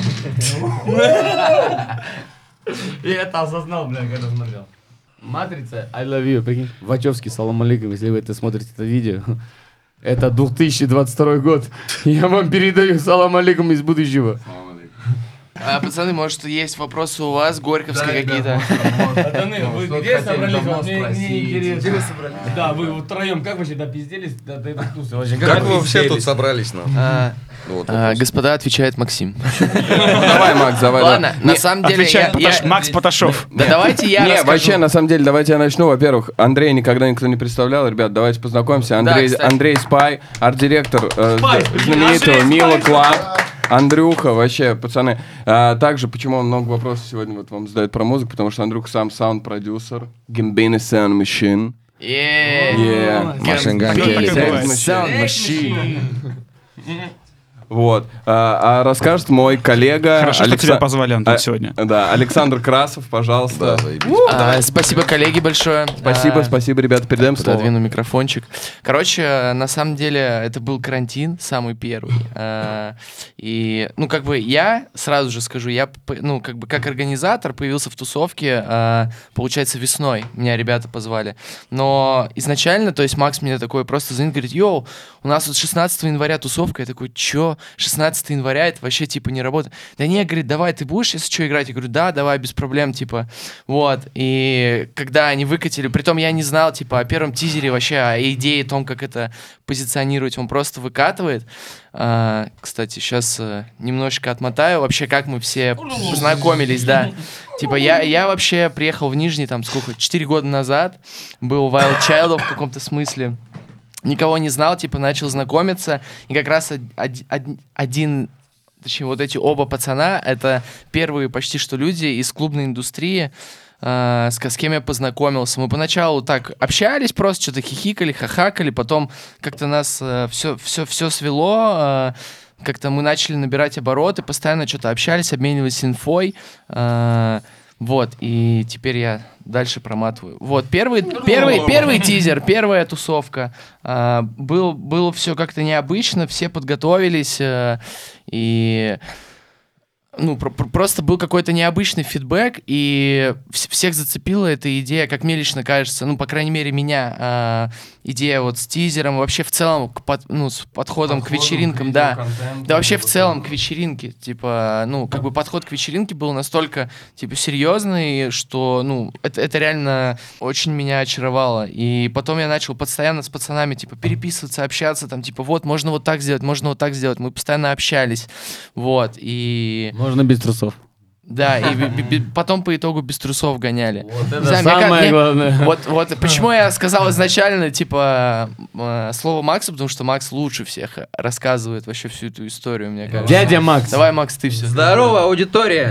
Я это осознал, бля, когда смотрел. «Матрица», I love you, прикинь. Вачовский, салам алейкум, если вы это смотрите, это видео. Это 2022 год. Я вам передаю салам алейкум из будущего. Пацаны, может, есть вопросы у вас, горьковские Да, какие-то? Пацаны, вы что-то где хотели собрались? давно Вот мне спросить. интересно. Да, вы втроем как вообще допизделись до этой тусы? Вообще, Как вы все допизделись? тут собрались, ну? Вот, Господа, отвечает Максим. Давай, Макс, давай. Ладно, на самом деле, Отвечает я- Макс Поташов. Да давайте я Не, расскажу. вообще, на самом деле, давайте я начну. Во-первых, Андрея никогда никто не представлял. Ребят, давайте познакомимся. Андрей, кстати. Андрей Спай, арт-директор Спай, знаменитого Андрей Мила Спай. Клаб. Андрюха, вообще, пацаны. Также, почему он много вопросов сегодня вот вам задает про музыку, потому что Андрюха сам саунд-продюсер. Gambino Sound Machine. Yeah. Machine Gun Kelly. Sound Sound Machine. Вот. А расскажет мой коллега... Хорошо, что тебя позвали, Антон, сегодня. Да, Александр Красов, пожалуйста. Да, заебись. Спасибо, коллеги, большое. Спасибо, ребята, передаем слово. Пододвину микрофончик. Короче, на самом деле, это был карантин, самый первый. И, ну, как бы я, сразу же скажу, я, ну, как бы как организатор появился в тусовке, получается, весной. Меня ребята позвали. Но изначально, то есть Макс меня такой просто звонит, говорит, йоу, у нас вот 16 января тусовка. Я такой, чё? 16 января, это вообще, типа, не работает. Да не, говорит, давай, ты будешь, если что, играть? Я говорю, да, давай, без проблем, типа. Вот. И когда они выкатили, притом я не знал, типа, о первом тизере вообще, о идее, о том, как это позиционировать, он просто выкатывает. Кстати, сейчас немножечко отмотаю. Вообще, как мы все познакомились, да. Типа, я вообще приехал в Нижний, там, сколько, 4 года назад, был Wild Child в каком-то смысле. Никого не знал, типа, начал знакомиться. И как раз один, точнее, вот эти оба пацана, это первые почти что люди из клубной индустрии, с кем я познакомился. Мы поначалу так общались, просто что-то хихикали, хахакали, потом как-то нас все свело, как-то мы начали набирать обороты, постоянно что-то общались, обменивались инфой. Вот, и теперь я дальше проматываю. Вот, первый тизер, первая тусовка. Было все как-то необычно, все подготовились, и... Ну, просто был какой-то необычный фидбэк, и всех зацепила эта идея, как мне лично кажется, ну, по крайней мере, меня, идея вот с тизером, вообще в целом, с подходом к вечеринкам, да. Да вообще в целом к вечеринке, типа, ну, как бы подход к вечеринке был настолько, типа, серьезный, что, ну, это реально очень меня очаровало. И потом я начал постоянно с пацанами, типа, переписываться, общаться, там, типа, вот, можно вот так сделать, можно вот так сделать. Мы постоянно общались, вот, и... Можно без трусов. Да, и потом по итогу без трусов гоняли. Вот это Не знаю, мне самое главное. Вот почему я сказал изначально, типа, слово Максу, потому что Макс лучше всех рассказывает вообще всю эту историю, мне кажется. Дядя Макс. Давай, Макс, ты все. Здорово, аудитория.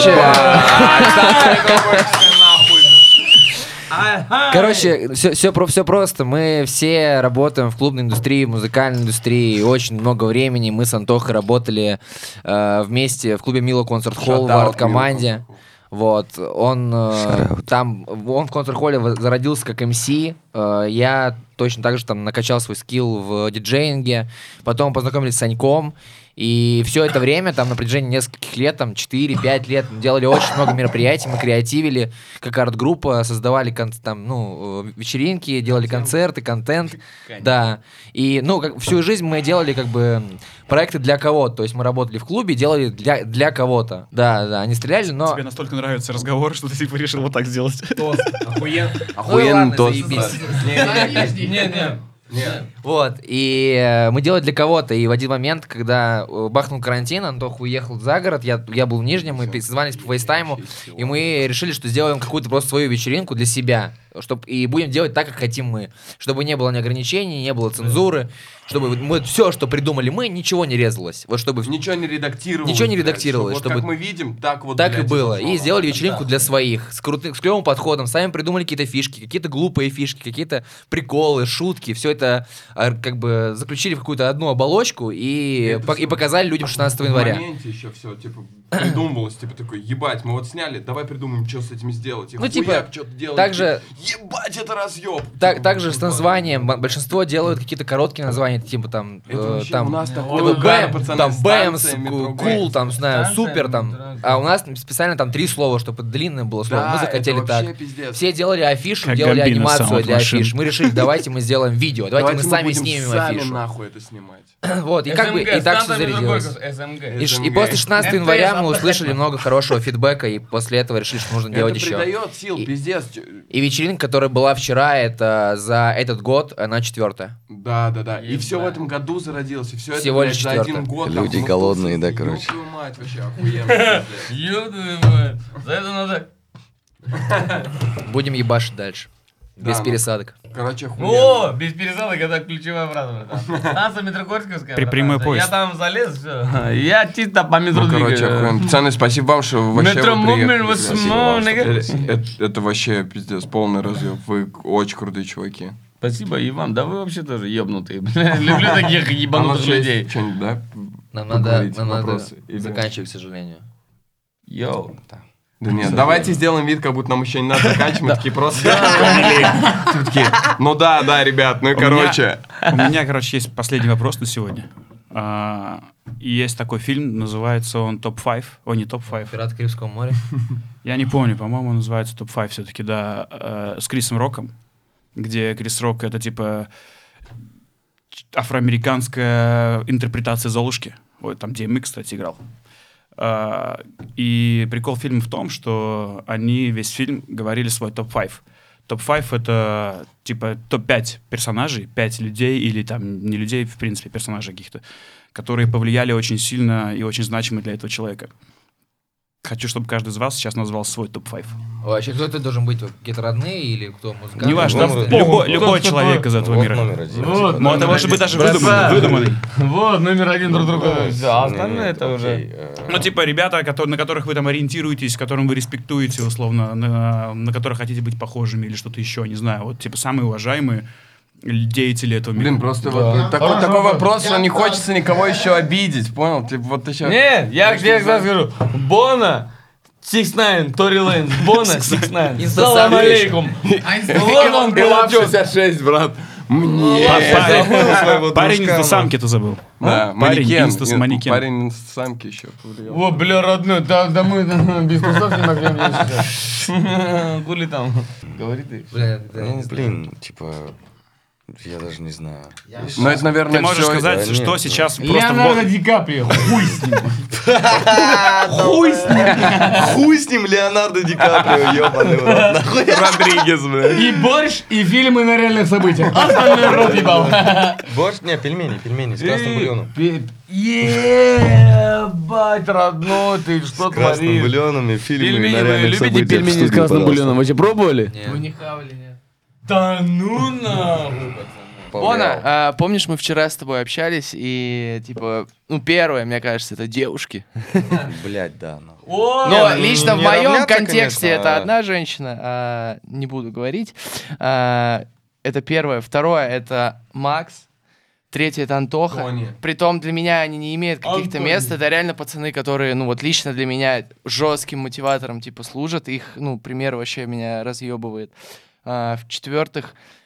Короче, все просто. Мы все работаем в клубной индустрии, в музыкальной индустрии. Очень много времени мы с Антохой работали вместе в клубе Мила Концерт Холл в арт-команде. Вот, он в концерт-холле зародился как МС. Я точно так же там накачал свой скилл в диджеинге, потом познакомились с Саньком, и все это время, там, на протяжении нескольких лет, там, 4-5 лет, мы делали очень много мероприятий, мы креативили, как арт-группа, создавали там, вечеринки, делали концерты, контент, да. И, всю жизнь мы делали, как бы, проекты для кого-то, то есть мы работали в клубе, делали для кого-то. Да, они стреляли, но... Тебе настолько нравится разговор, что ты типа решил вот так сделать. Охуенный тост. Не. Вот, и мы делали для кого-то, и в один момент, когда бахнул карантин, Антох уехал за город, я был в Нижнем, мы созванивались по фейстайму, и мы решили, что сделаем какую-то просто свою вечеринку для себя, и будем делать так, как хотим мы, чтобы не было ни ограничений, не было цензуры, чтобы мы все, что придумали мы, ничего не резалось, вот чтобы... Ничего не редактировалось. Ничего не редактировалось, Вот чтобы... как мы видим, так вот, Так и было. И сделали вечеринку для своих, с клевым подходом. Сами придумали какие-то фишки, какие-то глупые фишки, какие-то приколы, шутки. Все это как бы заключили в какую-то одну оболочку и показали людям 16 января. В моменте еще все, типа, придумывалось, типа, такой, ебать, мы вот сняли, давай придумаем, что с этим сделать. И хуяк, что-то делать. Также... Ебать, это разъеб! Также с названием. Большинство делают какие-то короткие названия, типа там... у нас такой угар, пацаны, там Бэмс, станция, метро Кул, там, знаю, Супер, там. А у нас специально там 3 слова, чтобы длинное было слово. Мы захотели так. Пиздец. Все делали афишу, Как делали Гамбино анимацию Sound для Machine. афиш. Мы решили, давайте мы сделаем видео, давайте мы сами будем снимем сами афишу. нахуй это снимать. Вот, и как бы, и так все зарядилось. И после 16 января мы услышали много хорошего фидбэка, и после этого решили, что нужно делать Это еще. придает сил, пиздец. И вечеринка, которая была вчера, это за этот год, она 4-я. Да. И все в этом году зародилось, и все Всего это, лишь блядь, за 4-я. один год. Люди там, голодные, да, ёб короче. твою мать, вообще охуенно. Ёбаный, за это надо... Будем ебашить дальше. Без Да, ну. пересадок. Короче, охуенно. О, без пересадок, это ключевая фраза, братан. Станция метро Горьковская, братан. Прямой поезд. Я там залез, все. Я чисто по метро Ну, короче, двигаюсь. охуенно. Пацаны, спасибо вам, что вы вообще Метро вы приехали. Мумин, Спасибо. Это вообще пиздец, полный разъеб. Вы очень крутые чуваки. Спасибо и вам. Да вы вообще тоже ебнутые. Люблю таких ебанутых людей. Что-нибудь, да? Нам Поговорить, надо вопросы? Или- заканчивать, к сожалению. Йоу. Да нет, давайте сделаем вид, как будто нам еще не надо заканчивать. Мы такие просто... Типа такие, ну да, ребят, ну и короче. У меня, короче, есть последний вопрос на сегодня. И есть такой фильм, называется он «Топ-5». О, не «Топ-5». Пираты Карибского моря. Я не помню, по-моему, он называется «Топ-5» все-таки, да, с Крисом Роком, где Крис Рок — это типа афроамериканская интерпретация Золушки. Вот там DMX, кстати, играл. И прикол фильма в том, что они весь фильм говорили свой топ-5. Топ-5 — это типа топ-5 персонажей, 5 людей или там не людей, в принципе, персонажей каких-то, которые повлияли очень сильно и очень значимы для этого человека. Хочу, чтобы каждый из вас сейчас назвал свой топ-5. Вообще, кто это должен быть? Какие-то родные или кто? Музыканты? Неважно, любой человек из этого мира. Вот, Ну, это может быть даже Братан. выдуманный. Вот, номер один друг друга. А остальное это уже... Ну, типа, ребята, на которых вы там ориентируетесь, которым вы респектуете, условно, на которых хотите быть похожими или что-то еще, не знаю. Вот, типа, самые уважаемые деятели этого мира. Блин, просто вот такой вопрос, что не хочется никого еще обидеть, понял? Типа вот ты сейчас... Нет, я тебе сразу скажу. Бона, 6ix9ine, Тори Лейнс. Бона, 6ix9ine. Салам алейкум. Вот он, кулачок. 66, брат. Парень из самки-то забыл. Да, Парень манекен. инстас-манекен. Парень из самки еще повлиял. О, бля, родной, да мы без трусов не могли мне сейчас. Хули там? Говори ты. Бля, да, я не знаю. Блин, типа, я даже не знаю. Но это, наверное, Ты можешь всё- сказать, да, что нет. сейчас просто... Леонардо Ди Каприо, хуй с ним. Хуй с ним, Леонардо Ди Каприо, ёбаный в рот. Нахуй Родригес, бля. И борщ, и фильмы на реальных событиях. Остальное рот ебал. Борщ? Не, пельмени с красным бульоном. Ебать, родной, ты что С красным творишь? бульоном и фильмы Пельмени, на вы реальных любите событиях. пельмени в с студии, красным пожалуйста. бульоном? Вы пробовали? Нет. не хавали, нет. Да ну нахуй. Повлиял. Бона, помнишь, мы вчера с тобой общались, и, типа, ну, первое, мне кажется, это девушки. Блядь, да. Ну. Но Не, лично в не моем равняться, контексте конечно, это а- одна женщина, не буду говорить. Это первое. Второе — это Макс. Третье — это Антоха. Тони. Притом для меня они не имеют каких-то Антони. мест. Это реально пацаны, которые, ну вот лично для меня жестким мотиватором типа служат. Их, ну, пример вообще меня разъебывает. В-четвертых,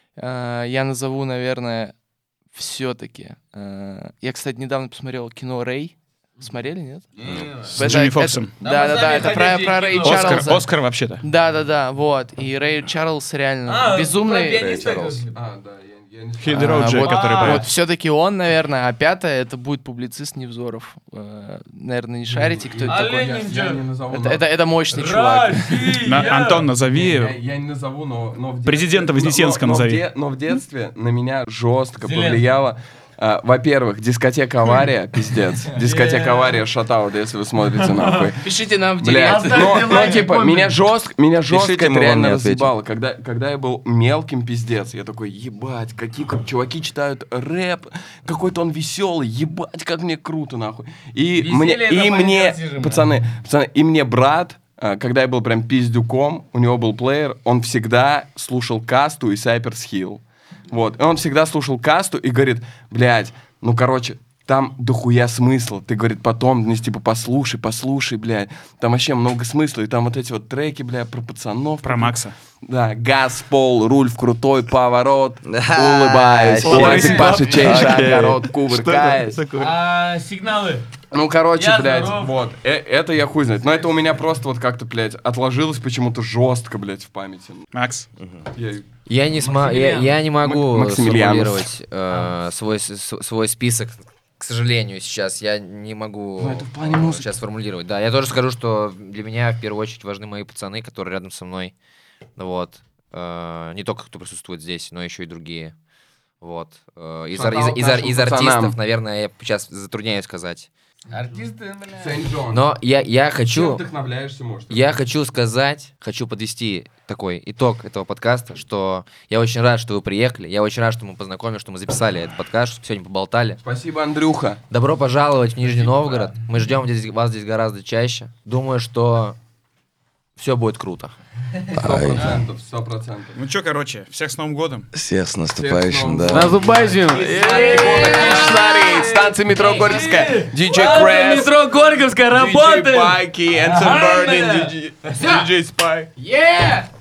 Я назову, наверное, все-таки. Я, кстати, недавно посмотрел кино «Рэй». Смотрели, нет? С Джимми Фоксом. Да, это про Рэя Чарльза. Оскар вообще-то. Да, вот. И Рэй Чарльз реально безумный. Рэй Чарльз. Да, я не Хит Роуджи, который Вот поет. все-таки он, наверное, а пятое это будет публицист Невзоров. Наверное, не шарите, кто это такой. Я не назову. Это мощный чувак. Антон, назови Я не назову, но в детстве... президента Вознесенска назови. Но в детстве на меня жестко повлияло. Во-первых, дискотека «Авария», пиздец. Дискотека «Авария», шатаут, если вы смотрите нахуй. Пишите нам в Блядь, директ. но типа, меня жестко Пишите, мы это вам реально не ответим. разъебало. Когда я был мелким, пиздец, я такой, ебать, какие чуваки читают рэп, какой-то он веселый, ебать, как мне круто, нахуй. И мне, пацаны, и мне брат, когда я был прям пиздюком, у него был плеер, он всегда слушал Касту и Cypress Hill. Вот, и он всегда слушал Касту и говорит, блядь, ну, короче, там дохуя смысла. Ты, говорит, потом, ну, типа, послушай, блядь. Там вообще много смысла. И там вот эти вот треки, блядь, про пацанов. Про Макса. Да, газ, пол, руль в крутой поворот. Улыбаюсь. Язык Паши Чейша, огород, кувыркаясь. Сигналы. Ну, короче, Я блядь, здоров. вот. Это я хуй знает. Но это у меня просто вот как-то, блядь, отложилось почему-то жестко, блядь, в памяти. Макс. Я- Я не могу Максимилианус. сформулировать свой список. К сожалению, сейчас я не могу Ну, это в плане музыки. сейчас сформулировать. Да, я тоже скажу, что для меня в первую очередь важны мои пацаны, которые рядом со мной. Вот. Не только кто присутствует здесь, но еще и другие. Вот. Из Шатаут нашим артистов, пацанам. наверное, я сейчас затрудняюсь сказать. Артисты, бля. Сент-Джон. Но я Чем хочу... вдохновляешься, может? Я хочу сказать, хочу подвести такой итог этого подкаста, что я очень рад, что вы приехали, я очень рад, что мы познакомились, что мы записали этот подкаст, что сегодня поболтали. Спасибо, Андрюха. Добро пожаловать в Нижний Новгород. Мы ждем вас здесь гораздо чаще. Думаю, что все будет круто. 100%. Ну чё, короче, всех с Новым годом. Всех с наступающим, да. Наступающим. Станция метро Горьковская. DJ Ладно, Crash. метро Горьковская, DJ работаем. Пайки, Anson Burning, DJ Spy. Yeah!